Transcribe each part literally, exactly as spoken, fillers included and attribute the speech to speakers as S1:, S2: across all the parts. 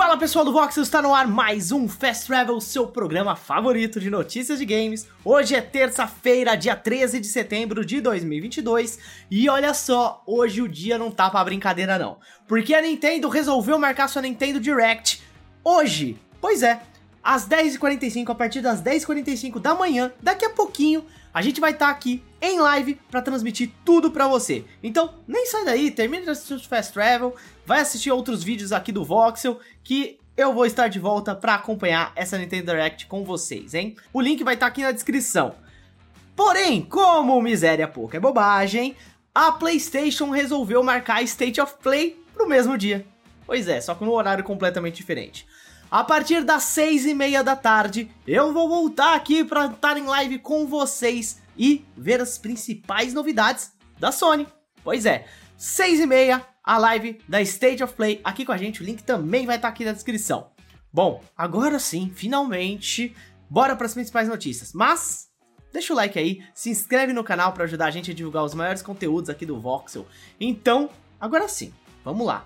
S1: Fala pessoal do Voxel, está no ar mais um Fast Travel, seu programa favorito de notícias de games. Hoje é terça-feira, dia treze de setembro de dois mil e vinte e dois. E olha só, hoje o dia não tá pra brincadeira não. Porque a Nintendo resolveu marcar sua Nintendo Direct hoje. Pois é, às dez e quarenta e cinco, a partir das dez e quarenta e cinco da manhã, daqui a pouquinho, a gente vai estar aqui em live pra transmitir tudo pra você. Então, nem sai daí, termina de assistir o Fast Travel, vai assistir outros vídeos aqui do Voxel, que eu vou estar de volta pra acompanhar essa Nintendo Direct com vocês, hein? O link vai estar aqui na descrição. Porém, como miséria pouca é bobagem, a PlayStation resolveu marcar a State of Play pro mesmo dia. Pois é, só que num horário completamente diferente. A partir das seis e meia da tarde, eu vou voltar aqui para estar em live com vocês e ver as principais novidades da Sony. Pois é, seis e meia, a live da State of Play aqui com a gente, o link também vai estar aqui na descrição. Bom, agora sim, finalmente, bora para as principais notícias. Mas, deixa o like aí, se inscreve no canal para ajudar a gente a divulgar os maiores conteúdos aqui do Voxel. Então, agora sim, vamos lá.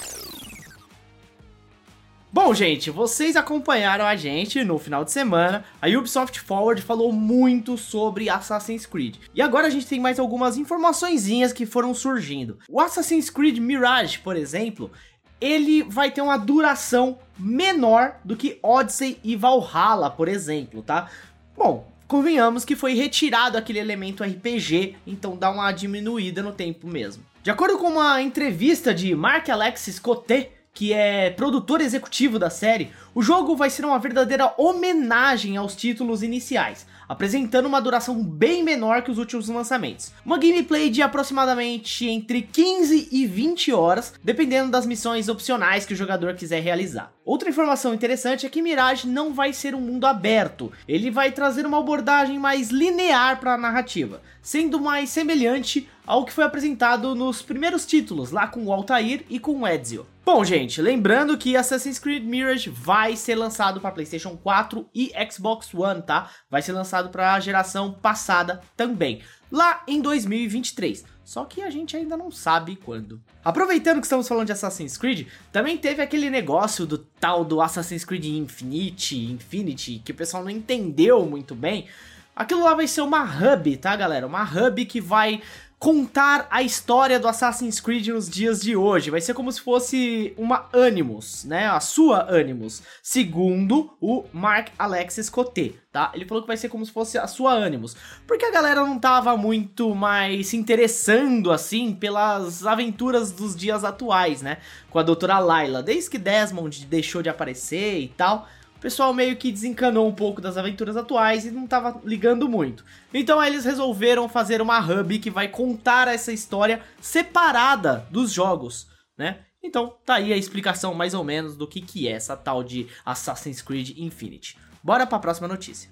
S1: Bom, gente, vocês acompanharam a gente no final de semana. A Ubisoft Forward falou muito sobre Assassin's Creed. E agora a gente tem mais algumas informaçõezinhas que foram surgindo. O Assassin's Creed Mirage, por exemplo, ele vai ter uma duração menor do que Odyssey e Valhalla, por exemplo, tá? Bom, convenhamos que foi retirado aquele elemento R P G, então dá uma diminuída no tempo mesmo. De acordo com uma entrevista de Marc-Alexis Coté, que é produtor executivo da série, o jogo vai ser uma verdadeira homenagem aos títulos iniciais, apresentando uma duração bem menor que os últimos lançamentos. Uma gameplay de aproximadamente entre quinze e vinte horas, dependendo das missões opcionais que o jogador quiser realizar. Outra informação interessante é que Mirage não vai ser um mundo aberto, ele vai trazer uma abordagem mais linear para a narrativa, sendo mais semelhante ao que foi apresentado nos primeiros títulos, lá com o Altair e com o Ezio. Bom, gente, lembrando que Assassin's Creed Mirage vai ser lançado para PlayStation quatro e Xbox One, tá? Vai ser lançado para a geração passada também, lá em dois mil e vinte e três. Só que a gente ainda não sabe quando. Aproveitando que estamos falando de Assassin's Creed, também teve aquele negócio do tal do Assassin's Creed Infinity, Infinity, que o pessoal não entendeu muito bem. Aquilo lá vai ser uma hub, tá, galera? Uma hub que vai contar a história do Assassin's Creed nos dias de hoje. Vai ser como se fosse uma Animus, né? A sua Animus, segundo o Marc-Alexis Coté, tá? Ele falou que vai ser como se fosse a sua Animus, porque a galera não tava muito mais se interessando, assim, pelas aventuras dos dias atuais, né? Com a doutora Layla, desde que Desmond deixou de aparecer e tal. O pessoal meio que desencanou um pouco das aventuras atuais e não tava ligando muito. Então eles resolveram fazer uma hub que vai contar essa história separada dos jogos, né? Então tá aí a explicação mais ou menos do que que é essa tal de Assassin's Creed Infinity. Bora pra próxima notícia.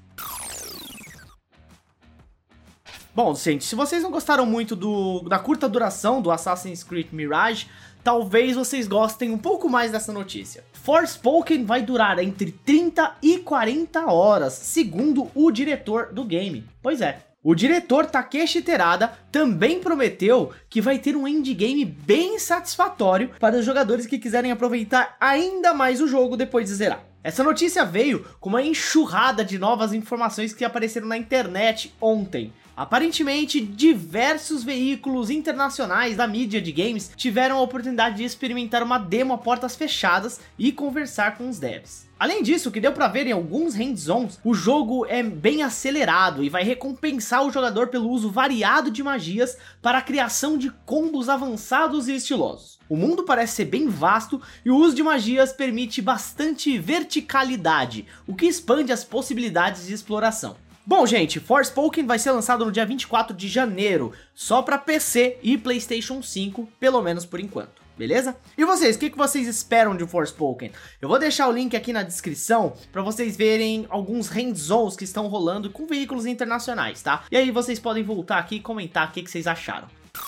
S1: Bom, gente, se vocês não gostaram muito do, da curta duração do Assassin's Creed Mirage, talvez vocês gostem um pouco mais dessa notícia. Forspoken vai durar entre trinta e quarenta horas, segundo o diretor do game. Pois é, o diretor Takeshi Terada também prometeu que vai ter um endgame bem satisfatório para os jogadores que quiserem aproveitar ainda mais o jogo depois de zerar. Essa notícia veio com uma enxurrada de novas informações que apareceram na internet ontem. Aparentemente, diversos veículos internacionais da mídia de games tiveram a oportunidade de experimentar uma demo a portas fechadas e conversar com os devs. Além disso, o que deu pra ver em alguns hands-ons, o jogo é bem acelerado e vai recompensar o jogador pelo uso variado de magias para a criação de combos avançados e estilosos. O mundo parece ser bem vasto e o uso de magias permite bastante verticalidade, o que expande as possibilidades de exploração. Bom, gente, Forspoken vai ser lançado no dia vinte e quatro de janeiro, só para P C e PlayStation cinco, pelo menos por enquanto, beleza? E vocês, o que, que vocês esperam de Forspoken? Eu vou deixar o link aqui na descrição para vocês verem alguns hands-ons que estão rolando com veículos internacionais, tá? E aí vocês podem voltar aqui e comentar o que, que vocês acharam.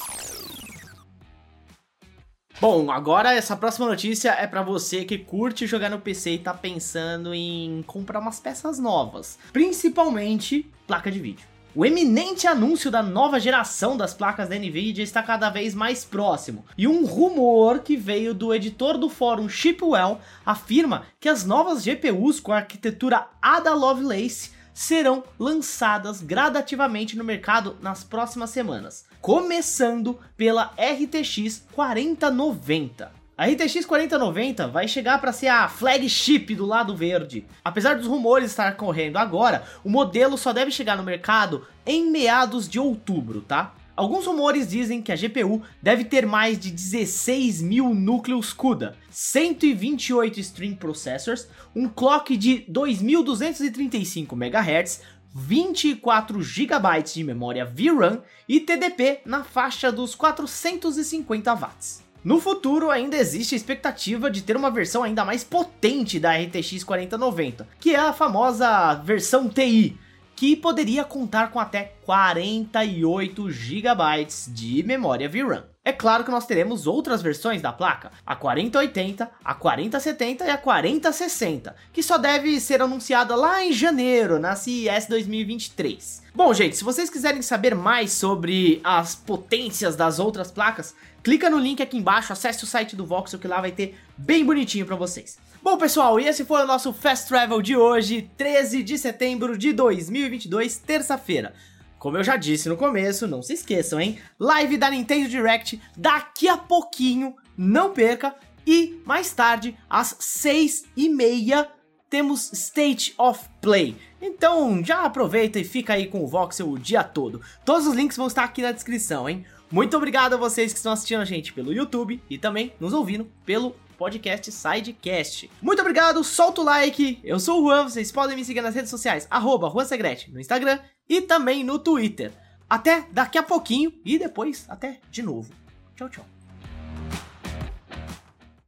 S1: Bom, agora essa próxima notícia é pra você que curte jogar no P C e tá pensando em comprar umas peças novas, principalmente placa de vídeo. O eminente anúncio da nova geração das placas da Nvidia está cada vez mais próximo, e um rumor que veio do editor do fórum Chipwell afirma que as novas G P Us com a arquitetura Ada Lovelace serão lançadas gradativamente no mercado nas próximas semanas, começando pela R T X quarenta noventa. A R T X quarenta noventa vai chegar para ser a flagship do lado verde. Apesar dos rumores estar correndo agora, o modelo só deve chegar no mercado em meados de outubro, tá? Alguns rumores dizem que a G P U deve ter mais de dezesseis mil núcleos CUDA, cento e vinte e oito Stream Processors, um clock de dois mil duzentos e trinta e cinco megahertz, vinte e quatro gigabytes de memória V RAM e T D P na faixa dos quatrocentos e cinquenta watts. No futuro ainda existe a expectativa de ter uma versão ainda mais potente da R T X quarenta noventa, que é a famosa versão T I, que poderia contar com até quarenta e oito gigabytes de memória V RAM. É claro que nós teremos outras versões da placa, a quarenta oitenta, a quarenta setenta e a quarenta sessenta, que só deve ser anunciada lá em janeiro, na C E S dois mil e vinte e três. Bom, gente, se vocês quiserem saber mais sobre as potências das outras placas, clica no link aqui embaixo, acesse o site do Voxel que lá vai ter bem bonitinho pra vocês. Bom, pessoal, e esse foi o nosso Fast Travel de hoje, treze de setembro de dois mil e vinte e dois, terça-feira. Como eu já disse no começo, não se esqueçam, hein? Live da Nintendo Direct daqui a pouquinho, não perca. E mais tarde, às seis e meia, temos State of Play. Então já aproveita e fica aí com o Voxel o dia todo. Todos os links vão estar aqui na descrição, hein? Muito obrigado a vocês que estão assistindo a gente pelo YouTube e também nos ouvindo pelo podcast Sidecast. Muito obrigado, solta o like. Eu sou o Juan, vocês podem me seguir nas redes sociais, arroba JuanSegrete, no Instagram e também no Twitter. Até daqui a pouquinho e depois até de novo. Tchau, tchau.